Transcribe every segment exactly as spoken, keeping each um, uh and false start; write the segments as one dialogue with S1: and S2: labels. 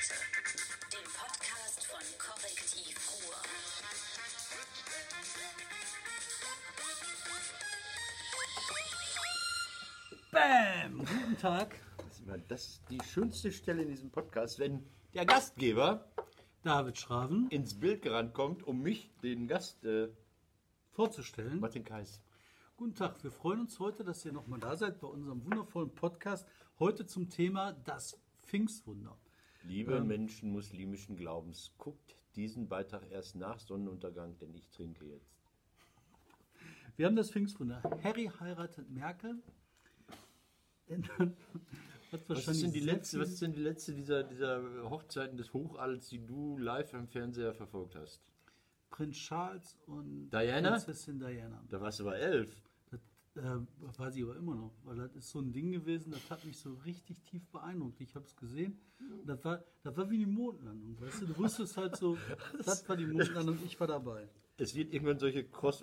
S1: Akte, dem Podcast von Korrektiv Ruhr.
S2: Bam! Guten Tag.
S3: Das ist, immer, das ist die schönste Stelle in diesem Podcast, wenn der Gastgeber
S2: David Schraven
S3: ins Bild gerannt kommt, um mich, den Gast, äh,
S2: vorzustellen.
S3: Martin Kais.
S2: Guten Tag, wir freuen uns heute, dass ihr nochmal da seid bei unserem wundervollen Podcast. Heute zum Thema das Pfingstwunder.
S3: Liebe
S2: Ähm,
S3: Menschen muslimischen Glaubens, guckt diesen Beitrag erst nach Sonnenuntergang, denn ich trinke jetzt.
S2: Wir haben das Pfingstwunder. Harry heiratet Merkel. Hat
S3: Was ist denn die
S2: sehr
S3: letzte,
S2: viel-
S3: was ist denn die letzte dieser, dieser Hochzeiten des Hochalts, die du live im Fernseher verfolgt hast?
S2: Prinz Charles und
S3: Diana?
S2: Prinzessin Diana.
S3: Da warst du aber elf.
S2: Das äh, weiß ich aber immer noch, weil das ist so ein Ding gewesen, das hat mich so richtig tief beeindruckt. Ich habe es gesehen und das war, das war wie die Mondlandung. Weißt du, du wusstest halt so, das war die Mondlandung, ich war dabei.
S3: Es wird irgendwann solche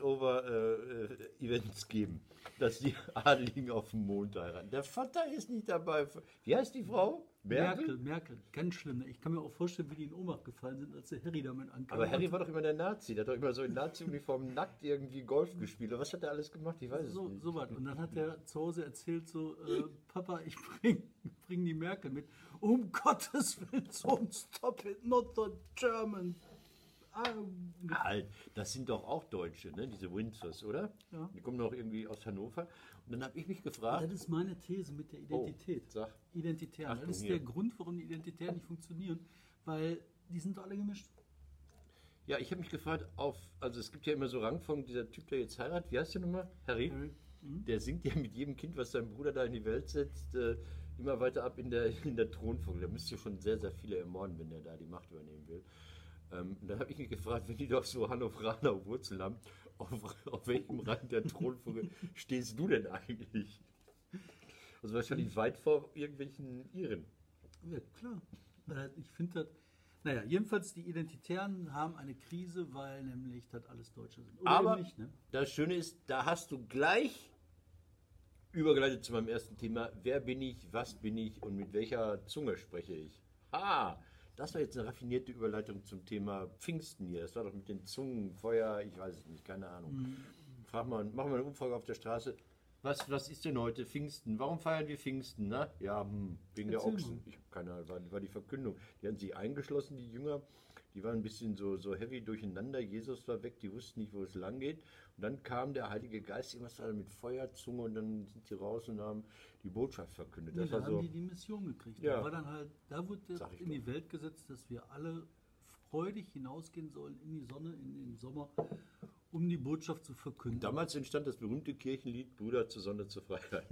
S3: Crossover-Events geben, dass die Adeligen auf dem Mond heiraten. Der Vater ist nicht dabei. Wie heißt die Frau?
S2: Merkel, Merkel, ganz schlimm. Ne? Ich kann mir auch vorstellen, wie die in Ohnmacht gefallen sind, als der Harry damit ankam.
S3: Aber Harry war doch immer der Nazi. Der hat doch immer so in Nazi-Uniform nackt irgendwie Golf gespielt. Oder was hat er alles gemacht? Ich weiß
S2: so,
S3: es nicht.
S2: so was. Und dann hat er zu Hause erzählt so, äh, Papa, ich bring, bring die Merkel mit. Um Gottes Willen, so stop it, not the German. Ah,
S3: Halt, das sind doch auch Deutsche, ne? Diese Windsors, oder?
S2: Ja.
S3: Die kommen doch irgendwie aus Hannover. Und dann habe ich mich gefragt,
S2: das ist meine These mit der Identität.
S3: Oh, sag.
S2: Identitären.
S3: Achtung
S2: Das ist
S3: hier.
S2: der Grund, warum die Identitären nicht funktionieren, weil die sind alle gemischt.
S3: ja, ich habe mich gefragt, auf, also es gibt ja immer so Rangfolgen, dieser Typ, der jetzt heiratet, wie heißt der nochmal? Harry?
S2: Harry. Mhm.
S3: Der singt ja mit jedem Kind, was sein Bruder da in die Welt setzt, äh, immer weiter ab in der, in der Thronfolge. Der müsste schon sehr, sehr viele ermorden, wenn er da die Macht übernehmen will. Ähm, und dann habe ich mich gefragt, wenn die doch so Hannoveraner Wurzeln haben, auf, auf welchem Rang der Thronfolge stehst du denn eigentlich? Also wahrscheinlich weit vor irgendwelchen Iren.
S2: Ja, klar. Äh, Ich finde das. Naja, jedenfalls die Identitären haben eine Krise, weil nämlich das alles Deutsche sind. Oder
S3: Aber
S2: eben nicht, ne?
S3: das Schöne ist, da hast du gleich übergeleitet zu meinem ersten Thema. Wer bin ich, was bin ich und mit welcher Zunge spreche ich? Ah, das war jetzt eine raffinierte Überleitung zum Thema Pfingsten hier. Das war doch mit den Zungen, Feuer, ich weiß es nicht, keine Ahnung.
S2: Mhm.
S3: Frag mal, machen wir eine Umfrage auf der Straße. Was, was ist denn heute Pfingsten? Warum feiern wir Pfingsten? Na? Ja, hm, wegen der
S2: Erzähl
S3: Ochsen.
S2: mal.
S3: Ich habe keine Ahnung, war, war die Verkündung. Die hatten sich eingeschlossen, die Jünger. Die waren ein bisschen so, so heavy durcheinander. Jesus war weg, die wussten nicht, wo es lang geht. Und dann kam der Heilige Geist, irgendwas war mit Feuer, Zunge, und dann sind sie raus und haben die Botschaft verkündet.
S2: Nee,
S3: Das
S2: da
S3: war
S2: haben
S3: so,
S2: die die Mission gekriegt.
S3: Ja.
S2: Da war dann halt, da wurde das
S3: Sag ich
S2: in die
S3: doch.
S2: Welt gesetzt, dass wir alle freudig hinausgehen sollen in die Sonne, in den Sommer, um die Botschaft zu verkünden.
S3: damals entstand das berühmte Kirchenlied Brüder zur Sonne zur Freiheit.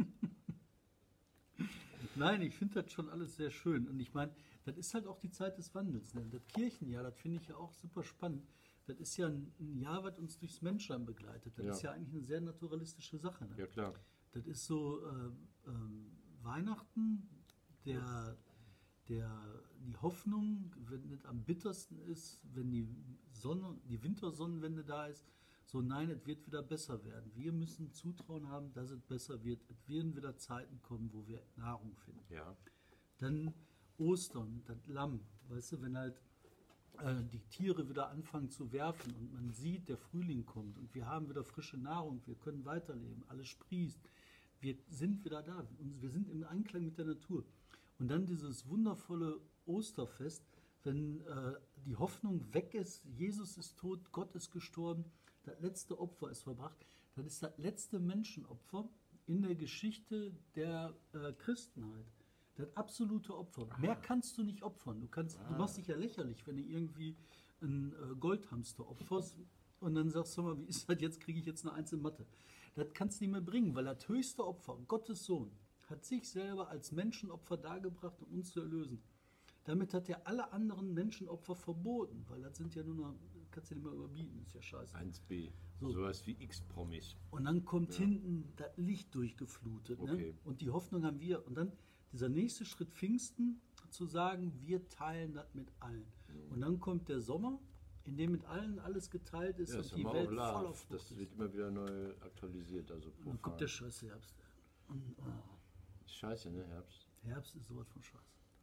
S2: Nein, ich finde das schon alles sehr schön. Und ich meine, das ist halt auch die Zeit des Wandels. Ne? Das Kirchenjahr, das finde ich ja auch super spannend. Das ist ja ein ein Jahr, was uns durchs Menschsein begleitet. Das
S3: Ja.
S2: ist ja eigentlich eine sehr naturalistische Sache. Ne?
S3: Ja, klar.
S2: Das ist so äh, ähm, Weihnachten, der, der, die Hoffnung, wenn es am bittersten ist, wenn die Sonne, die Wintersonnenwende da ist, so nein, es wird wieder besser werden. Wir müssen Zutrauen haben, dass es besser wird. Es werden wieder Zeiten kommen, wo wir Nahrung finden.
S3: Ja.
S2: Dann Ostern, das Lamm, weißt du, wenn halt äh, die Tiere wieder anfangen zu werfen und man sieht, der Frühling kommt und wir haben wieder frische Nahrung, wir können weiterleben, alles sprießt, wir sind wieder da und wir sind im Einklang mit der Natur. Und dann dieses wundervolle Osterfest, wenn äh, die Hoffnung weg ist, Jesus ist tot, Gott ist gestorben, das letzte Opfer ist verbracht, das ist das letzte Menschenopfer in der Geschichte der äh, Christenheit. Das absolute Opfer. Mehr kannst du nicht opfern. Du, kannst, du machst dich ja lächerlich, wenn du irgendwie einen äh, Goldhamster opferst und dann sagst du mal, wie ist das jetzt, kriege ich jetzt eine einzelne Matte. Das kannst du nicht mehr bringen, weil das höchste Opfer, Gottes Sohn, hat sich selber als Menschenopfer dargebracht, um uns zu erlösen. Damit hat er alle anderen Menschenopfer verboten, weil das sind ja nur noch, kannst du nicht mehr überbieten, ist ja scheiße.
S3: eins b.
S2: So.
S3: Sowas wie X-Promis.
S2: Und dann kommt hinten das Licht durchgeflutet. Ne?
S3: Okay.
S2: Und die Hoffnung haben wir. Und dann dieser nächste Schritt Pfingsten, zu sagen, wir teilen das mit allen. Und dann kommt der Sommer, in dem mit allen alles geteilt ist
S3: Ja,
S2: und die
S3: Summer
S2: Welt
S3: of
S2: voll
S3: Love.
S2: auf Frucht
S3: Das
S2: ist.
S3: wird immer wieder neu aktualisiert. Also
S2: Und dann kommt der scheiß Herbst. Und, oh,
S3: Scheiße, ne, Herbst.
S2: Herbst ist sowas von scheiße.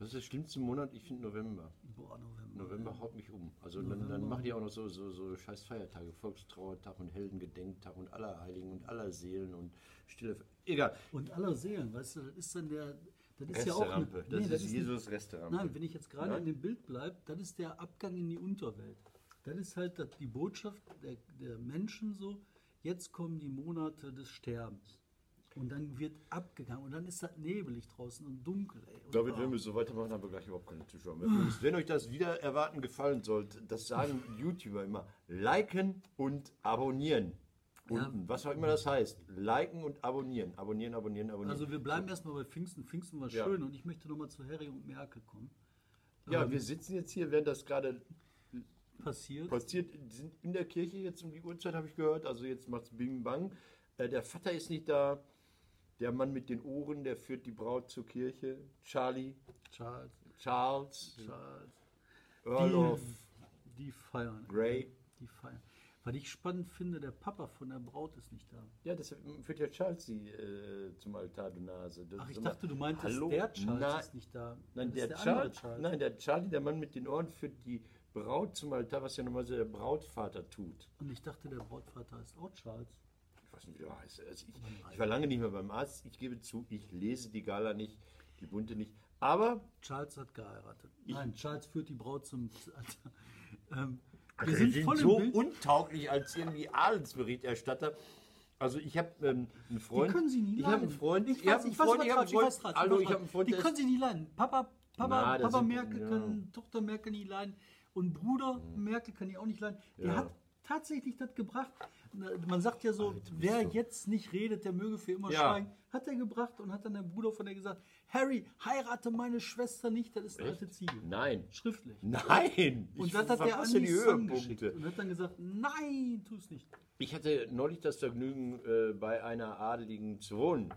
S3: Was ist der schlimmste Monat? Ich finde November.
S2: Boah, November.
S3: November haut mich um. Also dann, dann machen die auch noch so, so, so scheiß Feiertage, Volkstrauertag und Heldengedenktag und Allerheiligen und Allerseelen und Stille. Egal.
S2: Und aller Seelen, weißt du, das ist dann der. Das ist ja auch. Eine,
S3: Resterampe. Das
S2: nee,
S3: ist
S2: nicht-
S3: Jesus Resterampe.
S2: Nein, wenn ich jetzt gerade
S3: Nein?
S2: in dem Bild bleibe, das ist der Abgang in die Unterwelt. Das ist halt das, die Botschaft der, der Menschen so, jetzt kommen die Monate des Sterbens. Und dann wird abgegangen und dann ist das nebelig draußen und dunkel. Ey. Und,
S3: David,
S2: ah,
S3: wenn wir so weitermachen, haben wir gleich überhaupt keine Zuschauer mehr. Übrigens, wenn euch das wieder erwarten gefallen sollte, das sagen YouTuber immer, liken und abonnieren. Unten, was auch immer das heißt. Liken und abonnieren. Abonnieren, abonnieren, abonnieren.
S2: Also wir bleiben erstmal bei Pfingsten. Pfingsten war
S3: Ja.
S2: schön und ich möchte nochmal zu Harry und Merkel kommen.
S3: ja,
S2: Ähm,
S3: wir sitzen jetzt hier, während das gerade
S2: passiert.
S3: passiert, die sind in der Kirche jetzt um die Uhrzeit, habe ich gehört. Also jetzt macht's Bing Bang. Äh, der Vater ist nicht da. Der Mann mit den Ohren, der führt die Braut zur Kirche. Charlie,
S2: Charles,
S3: Charles,
S2: Charles.
S3: Earl of
S2: Die, die feiern.
S3: Grey.
S2: Die feiern. Was ich spannend finde, der Papa von der Braut ist nicht da.
S3: Ja, das führt ja Charles sie äh, zum Altar, du Nase. Das
S2: Ach, ich
S3: ist immer-
S2: dachte, du meintest,
S3: Hallo?
S2: der Charles
S3: Na-
S2: ist nicht da.
S3: Nein,
S2: Das
S3: der,
S2: ist der
S3: Charles,
S2: andere Charles.
S3: nein, der Charlie, der Mann mit den Ohren, führt die Braut zum Altar, was ja normalerweise der Brautvater tut.
S2: Und ich dachte, der Brautvater ist auch Charles.
S3: Ich weiß nicht, wie er heißt. Also ich, ich war lange nicht mehr beim Arzt. Ich gebe zu, ich lese die Gala nicht, die bunte nicht. Aber
S2: Charles hat geheiratet. Nein, Charles führt die Braut zum Altar. Ähm, wir
S3: wir
S2: sind,
S3: sind
S2: voll
S3: so
S2: im Bild.
S3: untauglich als irgendwie Adelsberichterstatter. Also ich habe ähm, einen Freund.
S2: Die können sie nie
S3: ich
S2: leiden.
S3: habe einen Freund.
S2: Ich
S3: ihr habt
S2: weiß,
S3: einen
S2: ich weiß,
S3: Freund,
S2: was
S3: ich habe einen
S2: Tratsch, ich weiß,
S3: Freund.
S2: Tratsch,
S3: Hallo,
S2: ich
S3: ich
S2: weiß,
S3: habe einen Freund.
S2: Die
S3: der
S2: können
S3: ist-
S2: sie nie leiden. Papa, Papa,
S3: Na, da
S2: Papa
S3: sind-
S2: Merkel
S3: ja.
S2: kann Tochter Merkel nie leiden. Und Bruder Merkel kann die auch nicht leiden. Der
S3: Ja.
S2: hat tatsächlich das gebracht. Na, Man sagt ja so,
S3: Alter, du bist
S2: wer
S3: so-
S2: jetzt nicht redet, der möge für immer
S3: Ja.
S2: schweigen. Hat er gebracht und hat dann der Bruder von der gesagt, Harry, heirate meine Schwester nicht, das ist eine alte Ziege.
S3: Nein.
S2: Schriftlich.
S3: Nein.
S2: Und
S3: Ich
S2: das hat er an
S3: verpasse
S2: die
S3: die
S2: Son geschickt.
S3: Höhepunkte.
S2: Und hat dann gesagt, nein, tu es nicht.
S3: Ich hatte neulich das Vergnügen, äh, bei einer Adeligen zu wohnen.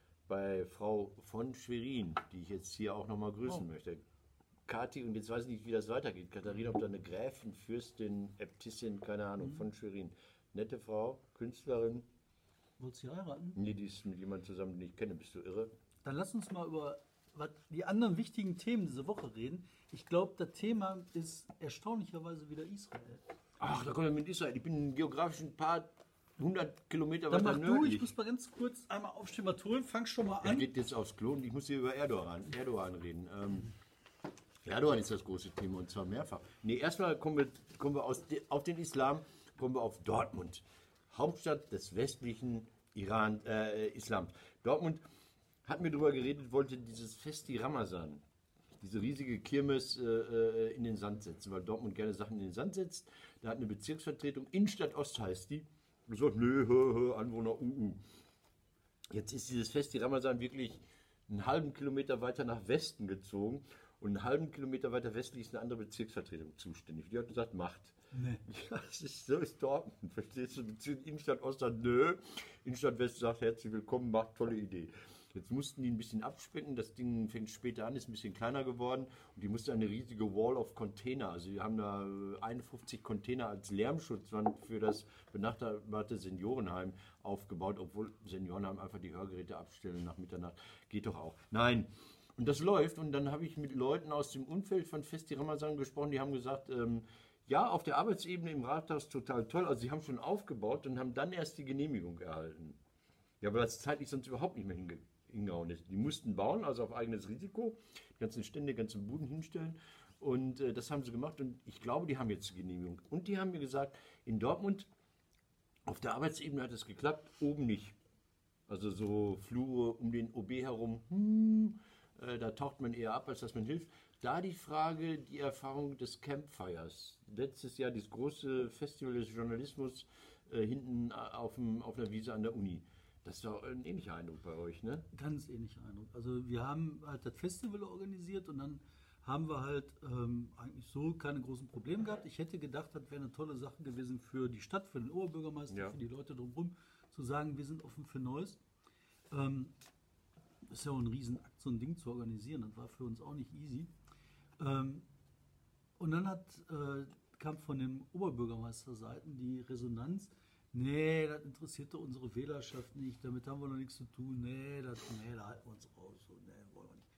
S3: Bei Frau von Schwerin, die ich jetzt hier auch nochmal grüßen
S2: Oh.
S3: möchte. Kathi, und jetzt weiß ich nicht, wie das weitergeht. Katharina, ob da eine Gräfin, Fürstin, Äbtissin, keine Ahnung,
S2: Mhm.
S3: von Schwerin. Nette Frau, Künstlerin.
S2: Wolltest du heiraten?
S3: Nee, die ist mit jemandem zusammen, den ich kenne. Bist du irre?
S2: Dann lass uns mal über was, die anderen wichtigen Themen diese Woche reden. Ich glaube, das Thema ist erstaunlicherweise wieder Israel.
S3: Ach, da kommen wir mit Israel. Ich bin geografisch ein paar hundert Kilometer
S2: Dann
S3: weiter
S2: mach du,
S3: nördlich.
S2: ich muss mal ganz kurz einmal aufstehen, mal holen, fang schon mal
S3: Er
S2: an.
S3: geht jetzt aufs Klo und ich muss hier über Erdogan, Erdogan reden. Ähm, Erdogan ist das große Thema und zwar mehrfach. Nee, erstmal kommen wir, kommen wir aus de, auf den Islam, kommen wir auf Dortmund, Hauptstadt des westlichen Iran, äh, Islams. Dortmund hat mir darüber geredet, wollte dieses Festi Ramazan, diese riesige Kirmes äh, äh, in den Sand setzen, weil Dortmund gerne Sachen in den Sand setzt. Da hat eine Bezirksvertretung, Innenstadt Ost heißt die, gesagt, nö, hö, hö, Anwohner, uh, uh. Jetzt ist dieses Festi Ramazan wirklich einen halben Kilometer weiter nach Westen gezogen und einen halben Kilometer weiter westlich ist eine andere Bezirksvertretung zuständig. Die hat gesagt, macht.
S2: Nee.
S3: Ja, das ist, so ist Dortmund. Verstehst du? Bezirk Innenstadt Ost sagt, nö. Innenstadt West sagt, herzlich willkommen, macht, tolle Idee. Jetzt mussten die ein bisschen abspecken. Das Ding fängt später an, ist ein bisschen kleiner geworden. Und die musste eine riesige Wall of Container. Also die haben da einundfünfzig Container als Lärmschutzwand für das benachbarte Seniorenheim aufgebaut. Obwohl Seniorenheim einfach die Hörgeräte abstellen nach Mitternacht. Geht doch auch. Nein. Und das läuft. Und dann habe ich mit Leuten aus dem Umfeld von Festi Ramazan gesprochen. Die haben gesagt, ähm, ja, auf der Arbeitsebene im Rathaus total toll. Also sie haben schon aufgebaut und haben dann erst die Genehmigung erhalten. Ja, weil das zeitlich sonst überhaupt nicht mehr hinge hingehauen ist. Die mussten bauen, also auf eigenes Risiko, die ganzen Stände, die ganzen Buden hinstellen. Und äh, das haben sie gemacht und ich glaube, die haben jetzt die Genehmigung. Und die haben mir gesagt, in Dortmund, auf der Arbeitsebene hat es geklappt, oben nicht. Also so Flure um den O B herum, hm, äh, da taucht man eher ab, als dass man hilft. Da die Frage, die Erfahrung des Campfires. Letztes Jahr das große Festival des Journalismus äh, hinten auf, dem, auf einer Wiese an der Uni. Das ist doch ein ähnlicher Eindruck bei euch, ne?
S2: Ganz ähnlicher Eindruck. Also wir haben halt das Festival organisiert und dann haben wir halt ähm, eigentlich so keine großen Probleme gehabt. Ich hätte gedacht, das wäre eine tolle Sache gewesen für die Stadt, für den Oberbürgermeister,
S3: Ja.
S2: für die Leute drumherum, zu sagen, wir sind offen für Neues. Ähm, das ist ja auch ein Riesenakt, so ein Ding zu organisieren. Das war für uns auch nicht easy. Ähm, und dann hat, äh, kam von dem Oberbürgermeisterseiten die Resonanz, nee, das interessierte unsere Wählerschaft nicht, damit haben wir noch nichts zu tun, nee, das, nee da halten wir uns raus, so, nee, wollen wir nicht.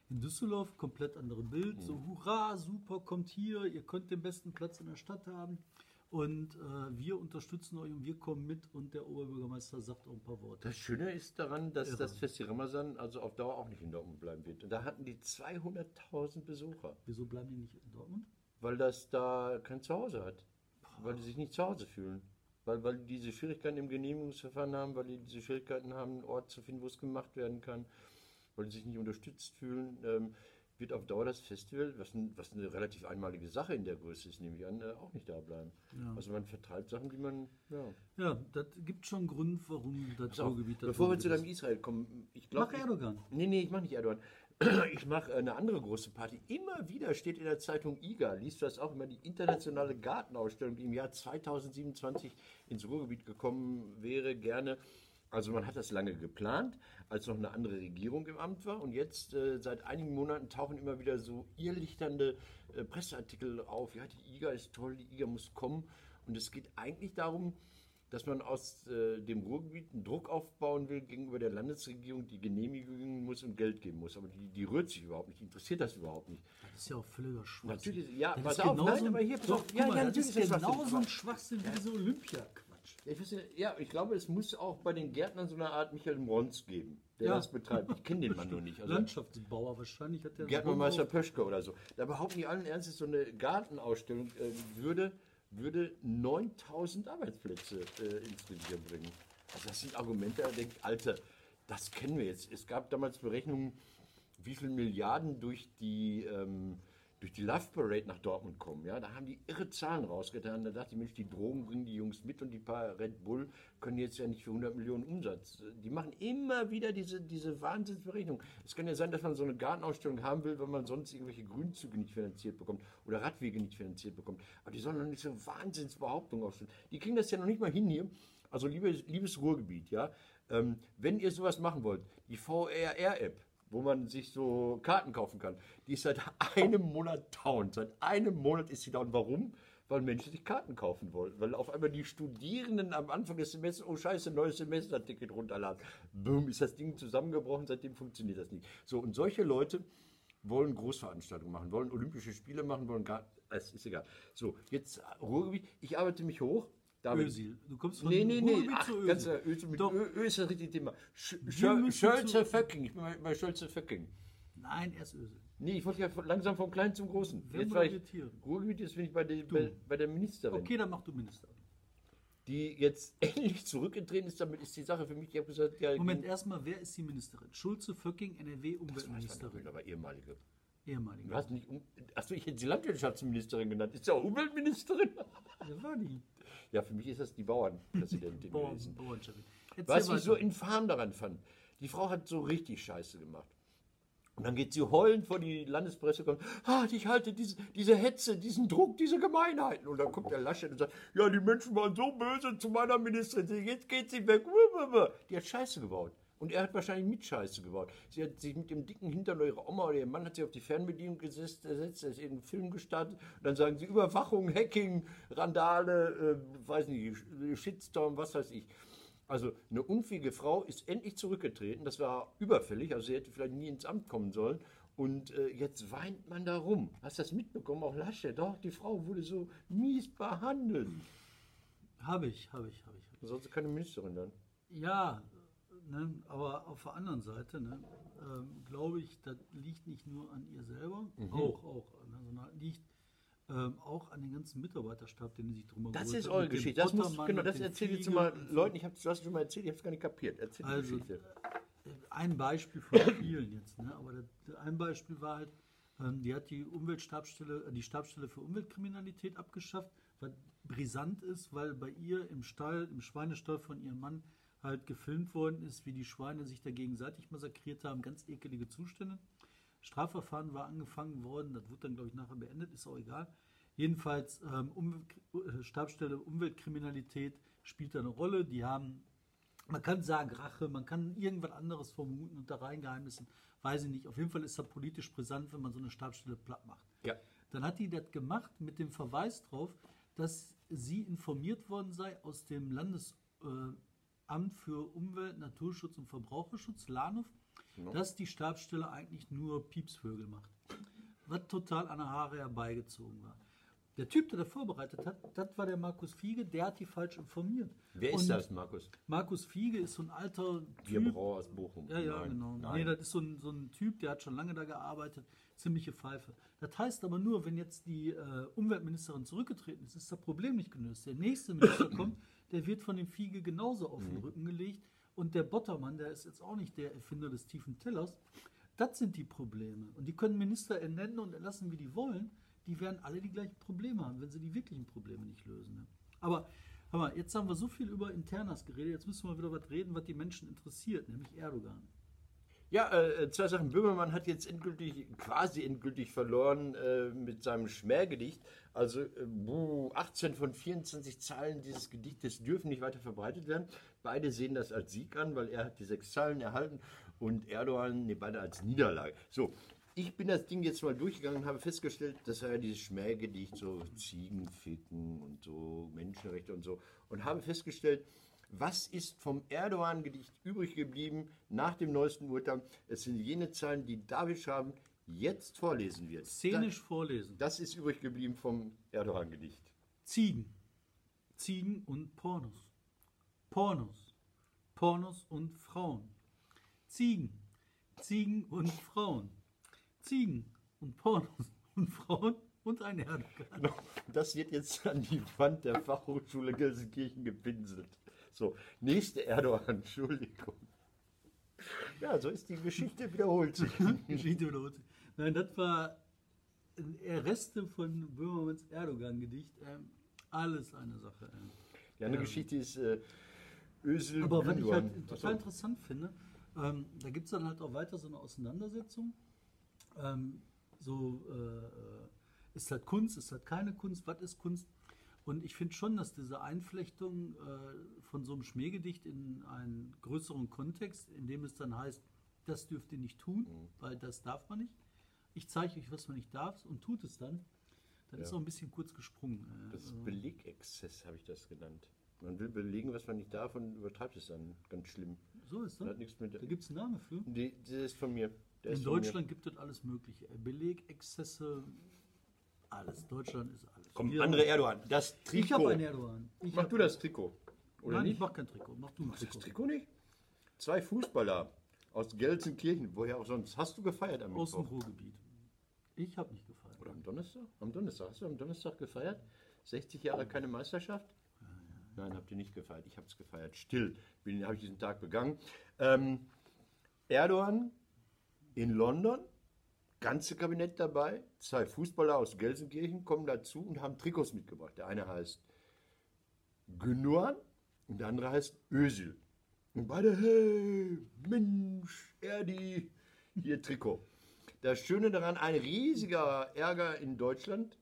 S2: In Düsseldorf komplett andere Bild, so hurra, super, kommt hier, ihr könnt den besten Platz in der Stadt haben und äh, wir unterstützen euch und wir kommen mit und der Oberbürgermeister sagt auch ein paar Worte.
S3: Das Schöne ist daran, dass
S2: Irre.
S3: das Festi Ramazan also auf Dauer auch nicht in Dortmund bleiben wird. Und da hatten die zweihunderttausend Besucher,
S2: Wieso bleiben die nicht in Dortmund?
S3: weil das da kein Zuhause hat. Weil die sich nicht zu Hause fühlen. Weil, weil die diese Schwierigkeiten im Genehmigungsverfahren haben, weil die diese Schwierigkeiten haben, einen Ort zu finden, wo es gemacht werden kann, weil die sich nicht unterstützt fühlen, ähm, wird auf Dauer das Festival, was, ein, was eine relativ einmalige Sache in der Größe ist, nehme ich an, äh, auch nicht da bleiben.
S2: Ja.
S3: Also man vertreibt Sachen, die man, ja.
S2: Ja, das gibt schon Grund, warum das
S3: Pass auf,
S2: Ruhrgebiet das
S3: bevor wir
S2: Ruhrgebiet
S3: zu deinem
S2: ist.
S3: Israel kommen, ich
S2: Mach
S3: glaube...
S2: Erdogan.
S3: Nee, nee, ich mache nicht Erdogan. Ich mache eine andere große Party. Immer wieder steht in der Zeitung I G A, liest du das auch immer, die internationale Gartenausstellung, die im Jahr zweitausendsiebenundzwanzig ins Ruhrgebiet gekommen wäre, gerne. Also man hat das lange geplant, als noch eine andere Regierung im Amt war. Und jetzt, äh, seit einigen Monaten, tauchen immer wieder so irrlichternde äh, Presseartikel auf. Ja, die I G A ist toll, die I G A muss kommen. Und es geht eigentlich darum, dass man aus äh, dem Ruhrgebiet einen Druck aufbauen will gegenüber der Landesregierung, die genehmigen muss und Geld geben muss. Aber die, die rührt sich überhaupt nicht, interessiert das überhaupt nicht.
S2: Das ist ja auch völliger Schwachsinn.
S3: Natürlich, ja,
S2: Das
S3: pass
S2: ist
S3: auf,
S2: genauso
S3: nein,
S2: ein-
S3: aber hier, pass
S2: doch,
S3: auf,
S2: guck
S3: ja,
S2: mal,
S3: ja,
S2: das
S3: natürlich
S2: ist
S3: ist das
S2: genauso ein
S3: Schwachsinn.
S2: Schwachsinn wie diese Olympia-Quatsch.
S3: Ja, ich, weiß, ja- ja, ich glaube, es muss auch bei den Gärtnern so eine Art Michael Mronz geben, der
S2: Ja.
S3: das betreibt. Ich kenne den Mann nur nicht. Also
S2: Landschaftsbauer wahrscheinlich hat der
S3: Gärtnermeister Pöschke oder so. Da behaupten die allen Ernstes, so eine Gartenausstellung äh, würde, würde neuntausend Arbeitsplätze äh, ins Revier bringen. Also das sind Argumente, da denke ich, Alter, das kennen wir jetzt. Es gab damals Berechnungen, wie viele Milliarden durch die, ähm, durch die Love Parade nach Dortmund kommen. Ja? Da haben die irre Zahlen rausgetan. Da dachte ich, Mensch, die Drogen bringen die Jungs mit und die paar Red Bull können jetzt ja nicht für hundert Millionen Umsatz. Die machen immer wieder diese, diese Wahnsinnsberechnung. Es kann ja sein, dass man so eine Gartenausstellung haben will, weil man sonst irgendwelche Grünzüge nicht finanziert bekommt oder Radwege nicht finanziert bekommt. Aber die sollen doch nicht so Wahnsinnsbehauptungen aufstellen. Die kriegen das ja noch nicht mal hin hier. Also liebe, liebes Ruhrgebiet, ja, ähm, wenn ihr sowas machen wollt, die V R R-App, wo man sich so Karten kaufen kann, die ist seit einem Monat down. Seit einem Monat ist sie down. Warum? Weil Menschen sich Karten kaufen wollen. Weil auf einmal die Studierenden am Anfang des Semesters, oh scheiße, neues Semesterticket runterladen. Boom, ist das Ding zusammengebrochen, seitdem funktioniert das nicht. So, und solche Leute wollen Großveranstaltungen machen, wollen Olympische Spiele machen, wollen gar, es ist egal. So, jetzt Ruhrgebiet, ich arbeite mich hoch. David.
S2: Ösil. Du kommst von
S3: Nee, nee, nee,
S2: Ruhrgebiet
S3: ach,
S2: zu
S3: ganz
S2: Ösil.
S3: Öl, mit
S2: Doch.
S3: Ö, Ö ist das richtige Thema. Sch,
S2: Wir
S3: Schö,
S2: müssen
S3: Schölze
S2: zu-
S3: Föcking, ich bin bei, bei Schölze Föcking.
S2: Nein, erst Ösil.
S3: Nee, ich wollte ja von- langsam vom Kleinen zum Großen.
S2: Wer
S3: Jetzt war ich,
S2: irritieren?
S3: Ruhrgebiet, jetzt bin ich bei der, bei, bei der Ministerin,
S2: Okay, dann mach du Minister.
S3: die jetzt endlich zurückgetreten ist. Damit ist die Sache für mich, ich habe gesagt, ja,
S2: Moment, erstmal, wer ist die Ministerin? Schulze Föcking, N R
S3: das weiß man
S2: W
S3: nicht,
S2: Umweltministerin.
S3: aber ehemalige. Du
S2: Ehemalige.
S3: hast nicht, um, achso, ich hätte sie Landwirtschaftsministerin genannt. Ist ja auch Umweltministerin.
S2: Wer war die?
S3: Ja, für mich ist das die Bauernpräsidentin
S2: Bauern,
S3: gewesen.
S2: Bauernchefin. Erzähl
S3: Was ich
S2: weiter.
S3: so infam daran fand, die Frau hat so richtig Scheiße gemacht. Und dann geht sie heulend vor die Landespresse und kommt, ah, ich halte diese, diese Hetze, diesen Druck, diese Gemeinheiten. Und dann kommt der Laschet und sagt, ja, die Menschen waren so böse zu meiner Ministerin, jetzt geht sie weg. Die hat Scheiße gebaut. Und er hat wahrscheinlich mit Scheiße gebaut. Sie hat sich mit dem dicken Hintern ihrer Oma oder ihr Mann hat sich auf die Fernbedienung gesetzt, ersetzt, er ist in einen Film gestartet. Und dann sagen sie Überwachung, Hacking, Randale, äh, weiß nicht, Shitstorm, was weiß ich. Also eine unfähige Frau ist endlich zurückgetreten. Das war überfällig, also sie hätte vielleicht nie ins Amt kommen sollen. Und äh, jetzt weint man da rum. Hast du das mitbekommen? Auch Laschet, doch, die Frau wurde so mies behandelt.
S2: Habe ich, habe ich, habe ich.
S3: Sonst keine Ministerin dann.
S2: Ja, ne, aber auf der anderen Seite, ne, ähm, glaube ich, das liegt nicht nur an ihr selber,
S3: Mhm.
S2: auch, auch, ne, sondern liegt ähm, auch an den ganzen Mitarbeiterstab, den sie sich drum
S3: Das
S2: geholt
S3: ist
S2: hat,
S3: eure
S2: mit dem
S3: Geschichte. Das, muss,
S2: Pottermann
S3: genau,
S2: und
S3: das
S2: dem
S3: erzähl jetzt
S2: Fiege
S3: mal
S2: und so.
S3: Leuten. Ich habe es schon mal erzählt, ich habe es gar nicht kapiert. Erzähl die
S2: Also,
S3: Geschichte.
S2: ein Beispiel von vielen jetzt, ne? Aber das, ein Beispiel war halt, ähm, die hat die Umweltstabsstelle, äh, die Stabsstelle für Umweltkriminalität abgeschafft, was brisant ist, weil bei ihr im Stall, im Schweinestall von ihrem Mann halt gefilmt worden ist, wie die Schweine sich da gegenseitig massakriert haben, ganz ekelige Zustände. Strafverfahren war angefangen worden, das wurde dann, glaube ich, nachher beendet, ist auch egal. Jedenfalls, ähm, um, äh, Stabsstelle Umweltkriminalität spielt da eine Rolle. Die haben, man kann sagen Rache, man kann irgendwas anderes vermuten unter Reingeheimnissen, weiß ich nicht. Auf jeden Fall ist das politisch brisant, wenn man so eine Stabsstelle platt macht.
S3: Ja.
S2: Dann hat die das gemacht mit dem Verweis drauf, dass sie informiert worden sei aus dem Landesamt für Umwelt, Naturschutz und Verbraucherschutz, LANUV,
S3: Ja.
S2: dass die Stabsstelle eigentlich nur Piepsvögel macht. Was total an der Haare herbeigezogen war. Der Typ, der das vorbereitet hat, das war der Markus Fiege, der hat die falsch informiert.
S3: Wer ist
S2: Und
S3: das, Markus?
S2: Markus Fiege ist so ein alter Typ.
S3: Bierbrauer aus Bochum.
S2: Ja, ja,
S3: Nein.
S2: genau.
S3: Nein.
S2: Nee, das ist so ein, so ein Typ, der hat schon lange da gearbeitet, ziemliche Pfeife. Das heißt aber nur, wenn jetzt die äh, Umweltministerin zurückgetreten ist, ist das Problem nicht gelöst. Der nächste Minister kommt, der wird von dem Fiege genauso auf den Rücken gelegt. Und der Bottermann, der ist jetzt auch nicht der Erfinder des tiefen Tellers. Das sind die Probleme. Und die können Minister ernennen und erlassen, wie die wollen. Die werden alle die gleichen Probleme haben, wenn sie die wirklichen Probleme nicht lösen. Ne? Aber hör mal, jetzt haben wir so viel über Internas geredet, jetzt müssen wir wieder was reden, was die Menschen interessiert, nämlich Erdogan.
S3: Ja, äh, zwei Sachen. Böhmermann hat jetzt endgültig, quasi endgültig verloren äh, mit seinem Schmähgedicht. Also äh, buh, achtzehn von vierundzwanzig Zeilen dieses Gedichtes dürfen nicht weiter verbreitet werden. Beide sehen das als Sieg an, weil er hat die sechs Zeilen erhalten und Erdogan, nee, beide als Niederlage. So, ich bin das Ding jetzt mal durchgegangen und habe festgestellt, das war ja dieses Schmähgedicht, so Ziegen ficken und so Menschenrechte und so. Und habe festgestellt, was ist vom Erdogan-Gedicht übrig geblieben nach dem neuesten Urteil? Es sind jene Zeilen, die David Schraben jetzt vorlesen wird.
S2: Szenisch
S3: das,
S2: vorlesen.
S3: Das ist übrig geblieben vom Erdogan-Gedicht.
S2: Ziegen. Ziegen und Pornos. Pornos. Pornos und Frauen. Ziegen. Ziegen und Frauen. Ziegen und Pornos und Frauen und ein Erdogan.
S3: Genau. Das wird jetzt an die Wand der Fachhochschule Gelsenkirchen gepinselt. So, nächste Erdogan, Entschuldigung. Ja, so ist die Geschichte wiederholt sich.
S2: Geschichte wiederholt sich. Nein, das war äh, Reste von Böhmermanns Erdogan-Gedicht. Ähm, alles eine Sache. Ähm.
S3: Die andere
S2: Ja.
S3: Geschichte ist äh, Özil
S2: Aber was ich
S3: Gündoğan.
S2: halt total interessant finde, ähm, da gibt es dann halt auch weiter so eine Auseinandersetzung. Ähm, so, äh, ist das Kunst, ist das keine Kunst, was ist Kunst? Und ich finde schon, dass diese Einflechtung äh, von so einem Schmähgedicht in einen größeren Kontext, in dem es dann heißt, das dürft ihr nicht tun,
S3: Mhm.
S2: weil das darf man nicht. Ich zeige euch, was man nicht darf und tut es dann. Dann
S3: Ja.
S2: ist auch ein bisschen kurz gesprungen. Äh,
S3: Das
S2: also-
S3: Belegexzess habe ich das genannt. Man will belegen, was man nicht darf und übertreibt es dann. Ganz schlimm.
S2: so ist
S3: Das
S2: das.
S3: hat nichts mit.
S2: Da gibt es einen Namen für.
S3: Die, das ist von mir. Der ist
S2: In
S3: von mir.
S2: Deutschland gibt es alles Mögliche. Belegexzesse, alles. Deutschland ist alles.
S3: Komm,
S2: Wir-
S3: andere Erdogan. Das Trikot.
S2: Ich habe einen Erdogan. Ich
S3: Mach
S2: hab-
S3: du das Trikot. Oder
S2: Nein,
S3: nicht?
S2: ich mach kein Trikot. Mach du ein
S3: Machst du das
S2: Trikot.
S3: Trikot nicht? Zwei Fußballer aus Gelsenkirchen. Woher auch sonst? Hast du gefeiert am
S2: Aus dem
S3: Mittwoch?
S2: Ruhrgebiet. Ich habe nicht gefallen.
S3: Oder am Donnerstag? Am Donnerstag. Hast du am Donnerstag gefeiert? sechzig Jahre keine Meisterschaft? Nein, habt ihr nicht gefeiert. Ich habe es gefeiert. Still. Bin, habe ich diesen Tag begangen. Ähm, Erdogan in London. Ganze Kabinett dabei. Zwei Fußballer aus Gelsenkirchen kommen dazu und haben Trikots mitgebracht. Der eine heißt Gündoğan und der andere heißt Özil. Und beide, hey, Mensch, Erdi, hier Trikot. Das Schöne daran, ein riesiger Ärger in Deutschland.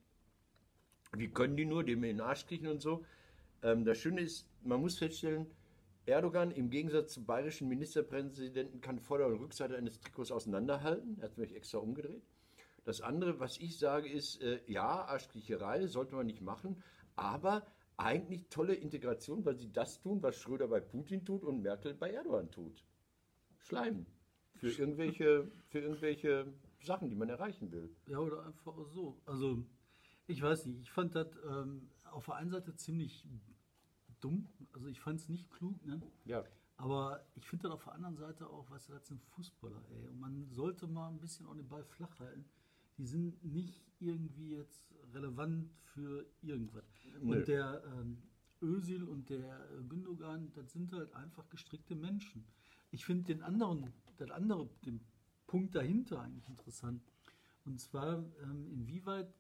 S3: Wie können die nur, dem in den Arsch kriechen und so. Ähm, das Schöne ist, man muss feststellen, Erdogan im Gegensatz zum bayerischen Ministerpräsidenten kann Vorder- und Rückseite eines Trikots auseinanderhalten. Er hat es nämlich extra umgedreht. Das andere, was ich sage, ist, äh, ja, Arschkriecherei sollte man nicht machen, aber eigentlich tolle Integration, weil sie das tun, was Schröder bei Putin tut und Merkel bei Erdogan tut. Schleimen. Für irgendwelche, für irgendwelche Sachen, die man erreichen will.
S2: Ja, oder einfach auch so. Also, ich weiß nicht. Ich fand das ähm, auf der einen Seite ziemlich dumm. Also, ich fand es nicht klug, ne?
S3: Ja.
S2: Aber ich finde dann auf der anderen Seite auch, weißt du, das sind Fußballer, ey. Und man sollte mal ein bisschen auch den Ball flach halten. Die sind nicht irgendwie jetzt relevant für irgendwas.
S3: Nö.
S2: Und der ähm, Özil und der äh, Gündoğan, das sind halt einfach gestrickte Menschen. Ich finde den anderen, das andere, den Punkt dahinter eigentlich interessant. Und zwar, ähm, inwieweit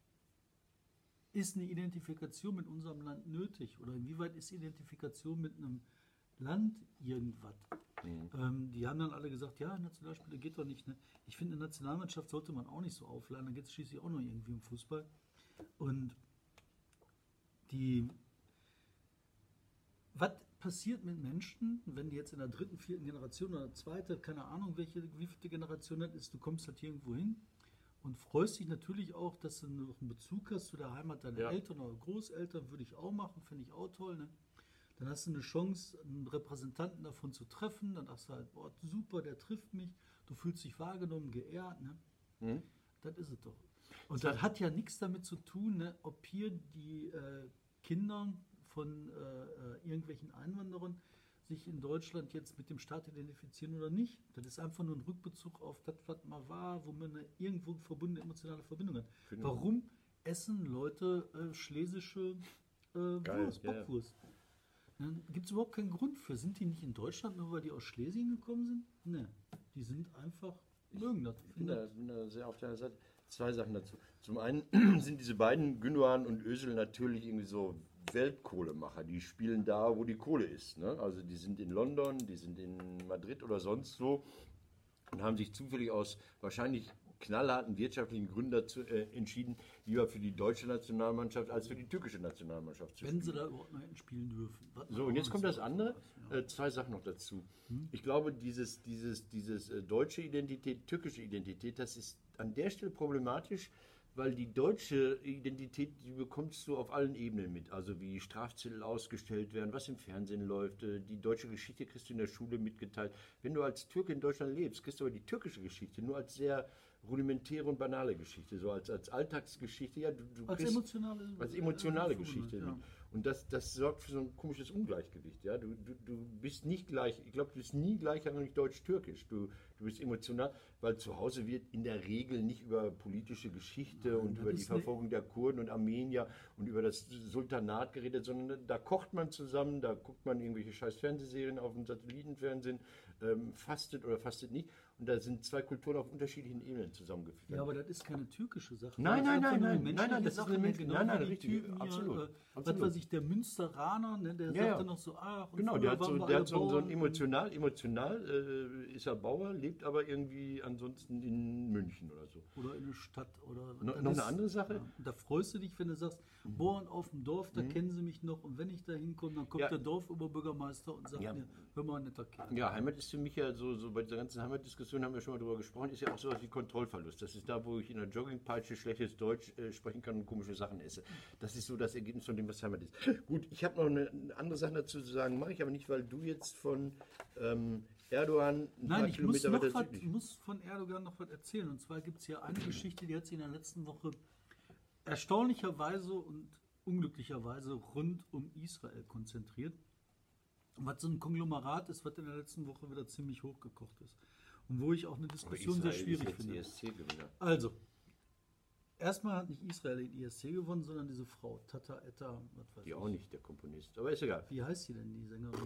S2: ist eine Identifikation mit unserem Land nötig? Oder inwieweit ist Identifikation mit einem Land irgendwas?
S3: Mhm.
S2: Ähm, die haben dann alle gesagt, ja, Nationalspiele geht doch nicht. Ne? Ich finde, eine Nationalmannschaft sollte man auch nicht so aufladen, dann geht es schließlich auch noch irgendwie um Fußball. Und die, was passiert mit Menschen, wenn die jetzt in der dritten, vierten Generation oder zweite, keine Ahnung, welche, wie viele Generation das ist, du kommst halt hier irgendwo hin und freust dich natürlich auch, dass du noch einen Bezug hast zu der Heimat deiner
S3: Ja.
S2: Eltern oder Großeltern, würde ich auch machen, finde ich auch toll. Ne? dann hast du eine Chance, einen Repräsentanten davon zu treffen, dann sagst du halt, boah, super, der trifft mich, du fühlst dich wahrgenommen, geehrt, ne?
S3: Mhm.
S2: Das ist es doch. Und das hat ja nichts damit zu tun, ne, ob hier die äh, Kinder von äh, irgendwelchen Einwanderern sich in Deutschland jetzt mit dem Staat identifizieren oder nicht. Das ist einfach nur ein Rückbezug auf das, was mal war, wo man eine irgendwo verbundene emotionale Verbindung hat.
S3: Genau.
S2: Warum essen Leute äh, schlesische äh,
S3: Geil,
S2: Wurst,
S3: ja, ja.
S2: Bockwurst? Gibt es überhaupt keinen Grund für. Sind die nicht in Deutschland, nur weil die aus Schlesien gekommen sind? Nee, die sind einfach, mögen das.
S3: Ich bin da, bin da sehr auf deiner Seite. Zwei Sachen dazu. Zum einen sind diese beiden, Gündogan und Özil, natürlich irgendwie so Weltkohlemacher. Die spielen da, wo die Kohle ist. Ne? Also die sind in London, die sind in Madrid oder sonst wo und haben sich zufällig aus wahrscheinlich knallharten wirtschaftlichen Gründen dazu äh, entschieden, lieber für die deutsche Nationalmannschaft als für die türkische Nationalmannschaft zu
S2: Wenn
S3: spielen.
S2: sie da überhaupt noch hätten spielen dürfen. Was
S3: So, und jetzt kommt das andere.
S2: Ja.
S3: Äh, zwei Sachen noch dazu. Ich glaube, dieses, dieses, dieses äh, deutsche Identität, türkische Identität, das ist an der Stelle problematisch, weil die deutsche Identität, die bekommst du auf allen Ebenen mit. Also wie Strafzettel ausgestellt werden, was im Fernsehen läuft, äh, die deutsche Geschichte kriegst du in der Schule mitgeteilt. Wenn du als Türke in Deutschland lebst, kriegst du aber die türkische Geschichte nur als sehr rudimentäre und banale Geschichte, so als, als Alltagsgeschichte. Ja, du, du
S2: Als
S3: kriegst-
S2: emotionale,
S3: als emotionale
S2: äh,
S3: Geschichte.
S2: ja.
S3: mit. Und das, das sorgt für so ein komisches Ungleichgewicht. Ja? Du, du, du bist nicht gleich, ich glaube, du bist nie gleichrangig deutsch-türkisch. Du, du bist emotional, weil zu Hause wird in der Regel nicht über politische Geschichte
S2: Nein,
S3: und
S2: das
S3: über die
S2: ist ne-
S3: Verfolgung der Kurden und Armenier und über das Sultanat geredet, sondern da kocht man zusammen, da guckt man irgendwelche scheiß Fernsehserien auf dem Satellitenfernsehen, ähm, fastet oder fastet nicht. Und da sind zwei Kulturen auf unterschiedlichen Ebenen zusammengeführt.
S2: Ja, aber das ist keine türkische Sache.
S3: Nein,
S2: Das ist
S3: nein,
S2: einfach
S3: nein,
S2: nur eine
S3: nein, nein, nein,
S2: menschliche
S3: das ist
S2: Sache,
S3: eine
S2: ne?
S3: Mensch-
S2: Genau
S3: nein, nein,
S2: wie die
S3: richtig,
S2: Typen
S3: absolut,
S2: Hier, äh, was
S3: absolut.
S2: weiß ich, der Münsteraner, ne? Der
S3: Ja,
S2: sagt
S3: ja.
S2: dann noch so, ach, und
S3: Genau,
S2: früher
S3: der hat
S2: waren
S3: so,
S2: wir
S3: der
S2: alle
S3: hat so, so ein
S2: Bauern.
S3: emotional, emotional äh, ist er Bauer, lebt aber irgendwie ansonsten in München oder so.
S2: Oder in der Stadt. Oder
S3: No,
S2: das
S3: noch
S2: ist-
S3: eine andere Sache?
S2: Ja. Und da freust du dich, wenn du sagst, Bauern auf dem Dorf, da kennen sie mich noch. Und wenn ich da hinkomme, dann kommt
S3: Ja.
S2: der Dorfoberbürgermeister und sagt
S3: Ja.
S2: mir, hör mal, ein netter Kerl.
S3: Ja, Heimat ist für mich ja so, so bei dieser ganzen Heimatdiskussion haben wir schon mal drüber gesprochen, ist ja auch sowas wie Kontrollverlust. Das ist da, wo ich in der Joggingpeitsche schlechtes Deutsch äh, sprechen kann und komische Sachen esse. Das ist so das Ergebnis von dem, was Heimat ist. Gut, ich habe noch eine, eine andere Sache dazu zu sagen, mache ich aber nicht, weil du jetzt von ähm, Erdogan ein
S2: Nein,
S3: paar
S2: ich muss,
S3: Kilometer
S2: noch
S3: weiter
S2: was,
S3: südlich.
S2: muss von Erdogan noch was erzählen. Und zwar gibt es hier eine Geschichte, die hat sich in der letzten Woche erstaunlicherweise und unglücklicherweise rund um Israel konzentriert. Was so ein Konglomerat ist, was in der letzten Woche wieder ziemlich hochgekocht ist. Und wo ich auch eine
S3: Aber
S2: Diskussion sehr
S3: Israel
S2: schwierig
S3: ist jetzt
S2: finde.
S3: E S C-Gewinner.
S2: Also, erstmal hat nicht Israel den I S C gewonnen, sondern diese Frau, Tata Etta, was weiß
S3: Die
S2: ich.
S3: auch nicht, der Komponist. Aber ist egal.
S2: Wie heißt sie denn, die Sängerin?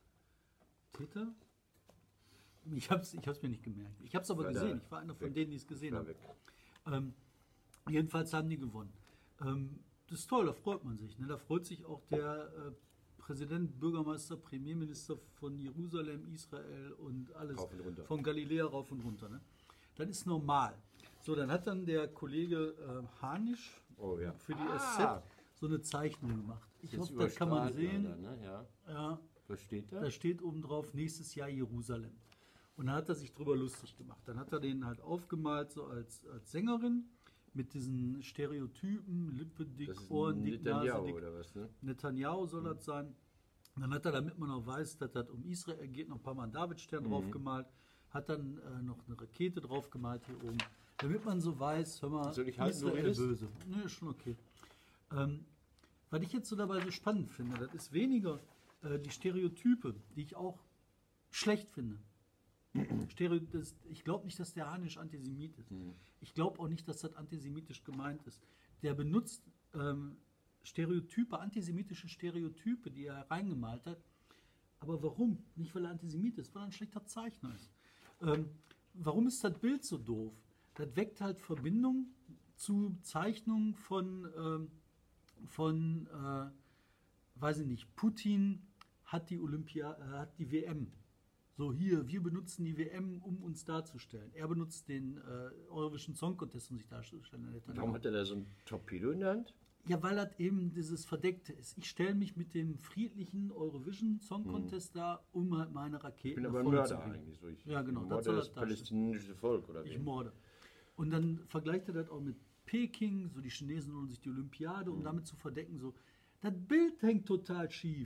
S2: Teta? Ich hab's, ich hab's mir nicht gemerkt. Ich hab's aber
S3: War da
S2: gesehen. Ich war einer von
S3: weg.
S2: denen, die es gesehen
S3: War
S2: haben.
S3: weg.
S2: Ähm, jedenfalls haben die gewonnen. Ähm, das ist toll, da freut man sich. Ne? Da freut sich auch der äh, Präsident, Bürgermeister, Premierminister von Jerusalem, Israel und alles.
S3: Rauf und runter.
S2: Von Galiläa rauf und runter. Ne? Das ist normal. So, dann hat dann der Kollege äh, Hanisch
S3: Oh ja.
S2: für die
S3: Ah.
S2: S Z so eine Zeichnung gemacht. Ich
S3: Jetzt
S2: hoffe, das kann man
S3: überstrahlt
S2: sehen.
S3: leider, ne? Ja.
S2: Ja,
S3: Was steht da?
S2: da steht oben drauf, nächstes Jahr Jerusalem. Und dann hat er sich drüber lustig gemacht. Dann hat er den halt aufgemalt, so als, als Sängerin, mit diesen Stereotypen, Lippe dick,
S3: Das ist
S2: Ohren dick, Nase
S3: Netanyahu
S2: dick.
S3: oder was, ne?
S2: Netanyahu soll das sein. Dann hat er, damit man noch weiß, dass das um Israel geht, noch ein paar Mal einen Davidstern
S3: Mhm.
S2: draufgemalt. Hat dann äh, noch eine Rakete draufgemalt hier oben. Damit man so weiß, hör mal,
S3: Soll ich halten, du
S2: Israel
S3: redest?
S2: böse. Ne, ist schon okay. Ähm, was ich jetzt so dabei so spannend finde, das ist weniger äh, die Stereotype, die ich auch schlecht finde. Stereo, das, ich glaube nicht, dass der Hanisch Antisemit ist. Ich glaube auch nicht, dass das antisemitisch gemeint ist. Der benutzt ähm, Stereotype, antisemitische Stereotype, die er reingemalt hat. Aber warum? Nicht, weil er Antisemit ist, weil er ein schlechter Zeichner ist. Ähm, warum ist das Bild so doof? Das weckt halt Verbindung zu Zeichnungen von, ähm, von äh, weiß ich nicht, Putin hat die Olympia, äh, hat die W M. So, hier, wir benutzen die W M, um uns darzustellen. Er benutzt den äh, Eurovision Song Contest, um sich darzustellen.
S3: Warum hat er da so ein Torpedo in der Hand?
S2: Ja, weil das eben dieses Verdeckte ist. Ich stelle mich mit dem friedlichen Eurovision Song Contest da, um halt meine
S3: Ich
S2: Raketen
S3: bin
S2: nach
S3: aber ein
S2: vorne
S3: Mörder
S2: zu bringen.
S3: eigentlich. So, ich
S2: Ja, genau, das
S3: morde
S2: soll
S3: das
S2: das darstellen.
S3: palästinensische Volk, oder
S2: Ich
S3: wie?
S2: morde. Und dann vergleicht er das auch mit Peking, so die Chinesen holen sich die Olympiade, um damit zu verdecken, so, das Bild hängt total schief.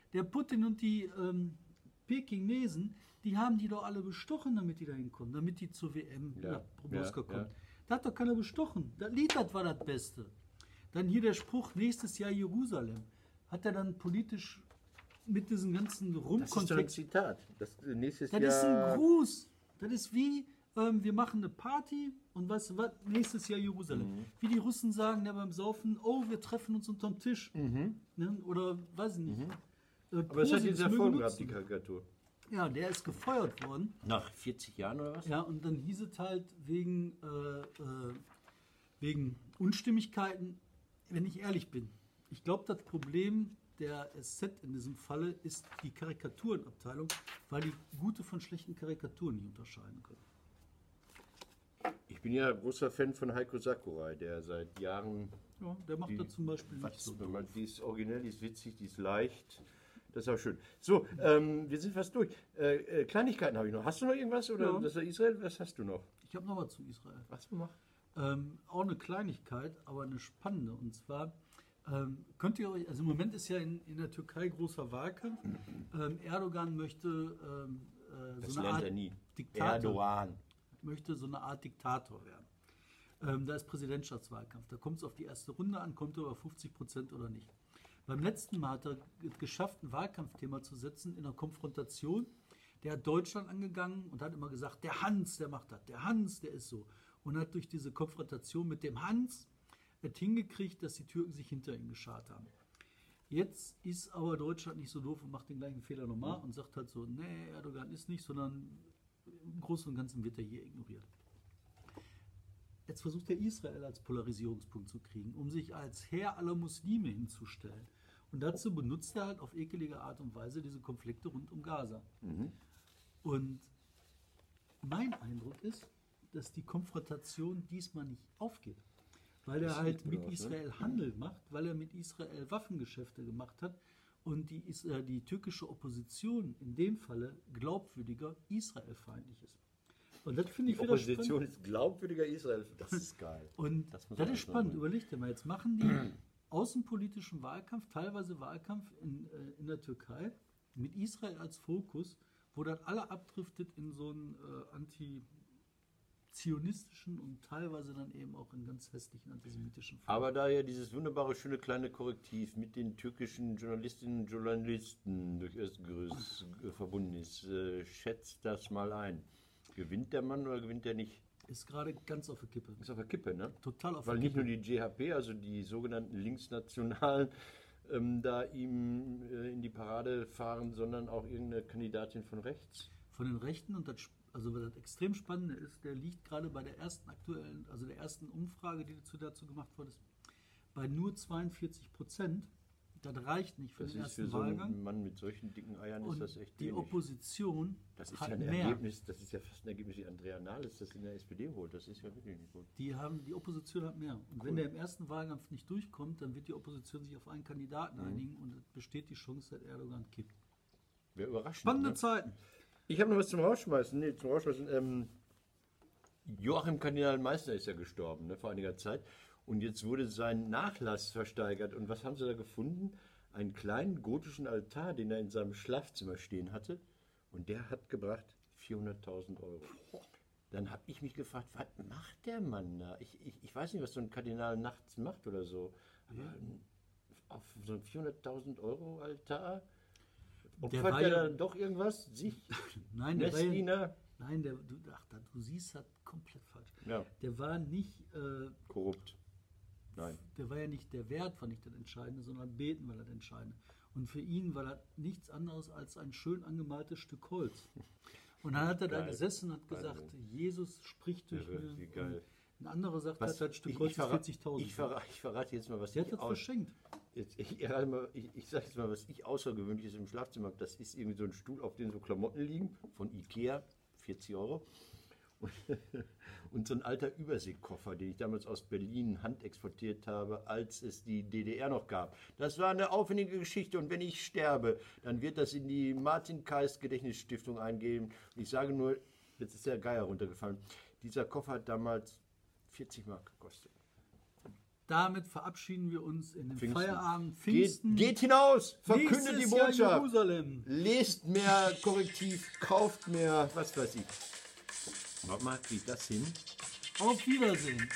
S2: der Putin und die ähm, Pekinesen, die haben die doch alle bestochen, damit die da hinkommen, damit die zur W M
S3: Ja,
S2: nach Moskau
S3: ja,
S2: kommen.
S3: ja.
S2: Da hat doch keiner bestochen. Das Lied, das war das Beste. Dann hier der Spruch, nächstes Jahr Jerusalem. Hat er dann politisch mit diesem ganzen
S3: Das ist doch ein
S2: Rumkontext...
S3: Zitat. Das äh, nächstes
S2: Das
S3: Jahr.
S2: ist ein Gruß. Das ist wie, ähm, wir machen eine Party und weißt du was, nächstes Jahr Jerusalem.
S3: Mhm.
S2: Wie die Russen sagen ja beim Saufen, oh, wir treffen uns unterm Tisch. Ne? Oder weiß ich nicht. Äh,
S3: Mhm. Aber es hat
S2: Posen,
S3: jetzt
S2: das möge
S3: Erfolg gehabt,
S2: nutzen.
S3: die Karikatur.
S2: Ja, der ist gefeuert worden.
S3: Nach vierzig Jahren oder was?
S2: Ja, und dann hieß es halt wegen, äh, äh, wegen Unstimmigkeiten, wenn ich ehrlich bin. Ich glaube, das Problem der S Z in diesem Falle ist die Karikaturenabteilung, weil die gute von schlechten Karikaturen nicht unterscheiden können.
S3: Ich bin ja großer Fan von Heiko Sakurai, der seit Jahren.
S2: Ja, der macht
S3: Die-
S2: das zum Beispiel nicht
S3: Was,
S2: so.
S3: wenn man, die ist originell, die ist witzig, die ist leicht. Das ist auch schön. So, ähm, wir sind fast durch. Äh, äh, Kleinigkeiten habe ich noch. Hast du noch irgendwas? Oder
S2: Ja.
S3: das ist Israel? Was hast du noch?
S2: Ich habe noch was zu Israel.
S3: Was noch?
S2: Ähm, auch eine Kleinigkeit, aber eine spannende. Und zwar ähm, könnt ihr euch, also im Moment ist ja in, in der Türkei großer Wahlkampf. Ähm, Erdogan möchte ähm, äh,
S3: Das
S2: so eine
S3: lernt
S2: Art
S3: er nie.
S2: Diktator,
S3: Erdogan.
S2: möchte so eine Art Diktator werden. Ähm, da ist Präsidentschaftswahlkampf. Da kommt es auf die erste Runde an, kommt er über fünfzig Prozent oder nicht. Beim letzten Mal hat er es geschafft, ein Wahlkampfthema zu setzen in einer Konfrontation. Der hat Deutschland angegangen und hat immer gesagt, der Hans, der macht das, der Hans, der ist so. Und hat durch diese Konfrontation mit dem Hans es hingekriegt, dass die Türken sich hinter ihm geschart haben. Jetzt ist aber Deutschland nicht so doof und macht den gleichen Fehler nochmal und sagt halt so, nee, Erdogan ist nicht, sondern im Großen und Ganzen wird er hier ignoriert. Jetzt versucht er Israel als Polarisierungspunkt zu kriegen, um sich als Herr aller Muslime hinzustellen. Und dazu benutzt er halt auf ekelige Art und Weise diese Konflikte rund um Gaza. Und mein Eindruck ist, dass die Konfrontation diesmal nicht aufgeht. Weil er
S3: Das
S2: halt
S3: sieht gut
S2: mit
S3: aus, ne?
S2: Israel Handel macht, weil er mit Israel Waffengeschäfte gemacht hat und die, Is- äh, die türkische Opposition in dem Falle glaubwürdiger israelfeindlich ist. Und das finde ich
S3: Die
S2: wieder spannend.
S3: Opposition ist glaubwürdiger Israel. Das ist geil.
S2: Und
S3: Das
S2: das,
S3: muss man
S2: ist
S3: erst mal
S2: spannend.
S3: bringen.
S2: Überleg dir mal, jetzt machen die außenpolitischen Wahlkampf, teilweise Wahlkampf in, äh, in der Türkei mit Israel als Fokus, wo dann alle abdriftet in so einen äh, anti-zionistischen und teilweise dann eben auch in ganz hässlichen antisemitischen Formen.
S3: Aber da ja dieses wunderbare, schöne kleine Korrektiv mit den türkischen Journalistinnen und Journalisten durch Özgürüz äh, verbunden ist, äh, schätzt das mal ein. Gewinnt der Mann oder gewinnt der nicht?
S2: Ist gerade ganz auf der Kippe.
S3: Ist auf der Kippe, ne?
S2: Total auf
S3: Weil
S2: der
S3: nicht
S2: Kippe.
S3: nur die J H P, also die sogenannten Linksnationalen, ähm, da ihm äh, in die Parade fahren, sondern auch irgendeine Kandidatin von rechts.
S2: Von den Rechten und das, also was das extrem Spannende ist, der liegt gerade bei der ersten aktuellen, also der ersten Umfrage, die dazu, dazu gemacht wurde, ist bei nur zweiundvierzig Prozent. Das reicht nicht für
S3: Das
S2: den
S3: ist für
S2: ersten
S3: so einen
S2: Wahlgang.
S3: Mann mit solchen dicken Eiern ist
S2: Und
S3: das echt
S2: die
S3: wenig.
S2: Opposition
S3: Das ist
S2: hat
S3: ja ein
S2: mehr.
S3: Ergebnis, das ist ja fast ein Ergebnis wie Andrea Nahles das in der S P D holt. Das ist ja wirklich nicht gut.
S2: Die, haben, die Opposition hat mehr. Und wenn der im ersten Wahlkampf nicht durchkommt, dann wird die Opposition sich auf einen Kandidaten
S3: Mhm.
S2: einigen und es besteht die Chance, dass Erdogan kippt.
S3: Wäre überraschend.
S2: Spannende
S3: ne?
S2: Zeiten.
S3: Ich habe noch was zum Rausschmeißen. Nee, zum Rausschmeißen. Ähm, Joachim Kardinal Meissner ist ja gestorben, ne, vor einiger Zeit. Und jetzt wurde sein Nachlass versteigert. Und was haben sie da gefunden? Einen kleinen gotischen Altar, den er in seinem Schlafzimmer stehen hatte. Und der hat gebracht vierhunderttausend Euro. Dann habe ich mich gefragt, was macht der Mann da? Ich, ich, ich weiß nicht, was so ein Kardinal nachts macht oder so. Aber ähm, auf so einen vierhunderttausend Euro Altar
S2: Der
S3: opfert
S2: war
S3: er
S2: ja-
S3: dann doch irgendwas? Sich?
S2: Nein, der war ja,
S3: Messdiener?
S2: nein, der, du, ach, da, du siehst das komplett falsch.
S3: Ja,
S2: Der war nicht, äh,
S3: korrupt. Nein.
S2: der war ja nicht der Wert, war nicht das Entscheidende, sondern Beten war das Entscheidende. Und für ihn war das nichts anderes als ein schön angemaltes Stück Holz. Und dann hat er da
S3: Geil.
S2: gesessen und hat gesagt,
S3: Wahnsinn.
S2: Jesus spricht durch
S3: Irre,
S2: mir.
S3: wie geil.
S2: Und ein anderer sagt,
S3: Was,
S2: das Stück
S3: ich,
S2: Holz
S3: ich,
S2: ist
S3: verra
S2: vierzigtausend.
S3: ich, verra ich verrate jetzt mal, was
S2: Der hat
S3: ich
S2: das
S3: aus
S2: verschenkt.
S3: jetzt, ich, ich, ich, ich sage jetzt mal, was ich Außergewöhnliches im Schlafzimmer habe. Das ist irgendwie so ein Stuhl, auf dem so Klamotten liegen, von Ikea, vierzig Euro. Und, und so ein alter Überseekoffer, den ich damals aus Berlin handexportiert habe, als es die D D R noch gab. Das war eine aufwendige Geschichte und wenn ich sterbe, dann wird das in die Martin-Kaist-Gedächtnisstiftung eingehen. Und ich sage nur, jetzt ist der Geier runtergefallen, dieser Koffer hat damals vierzig Mark gekostet.
S2: damit verabschieden wir uns in den
S3: Pfingsten.
S2: Feierabend.
S3: Geht,
S2: Pfingsten.
S3: geht hinaus, verkündet
S2: Nächstes
S3: die
S2: Jahr
S3: Botschaft.
S2: Jerusalem.
S3: Lest mehr Korrektiv, kauft mehr, was weiß ich. Warte mal, kriegt das hin?
S2: Auf Wiedersehen.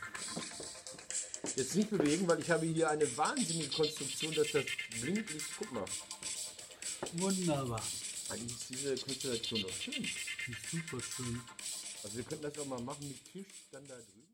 S3: Jetzt nicht bewegen, weil ich habe hier eine wahnsinnige Konstruktion, dass das Blinklicht, guck mal.
S2: Wunderbar.
S3: Eigentlich ist diese Konstellation doch schön.
S2: Super schön.
S3: Also wir könnten das auch mal machen mit Tisch dann da drüben.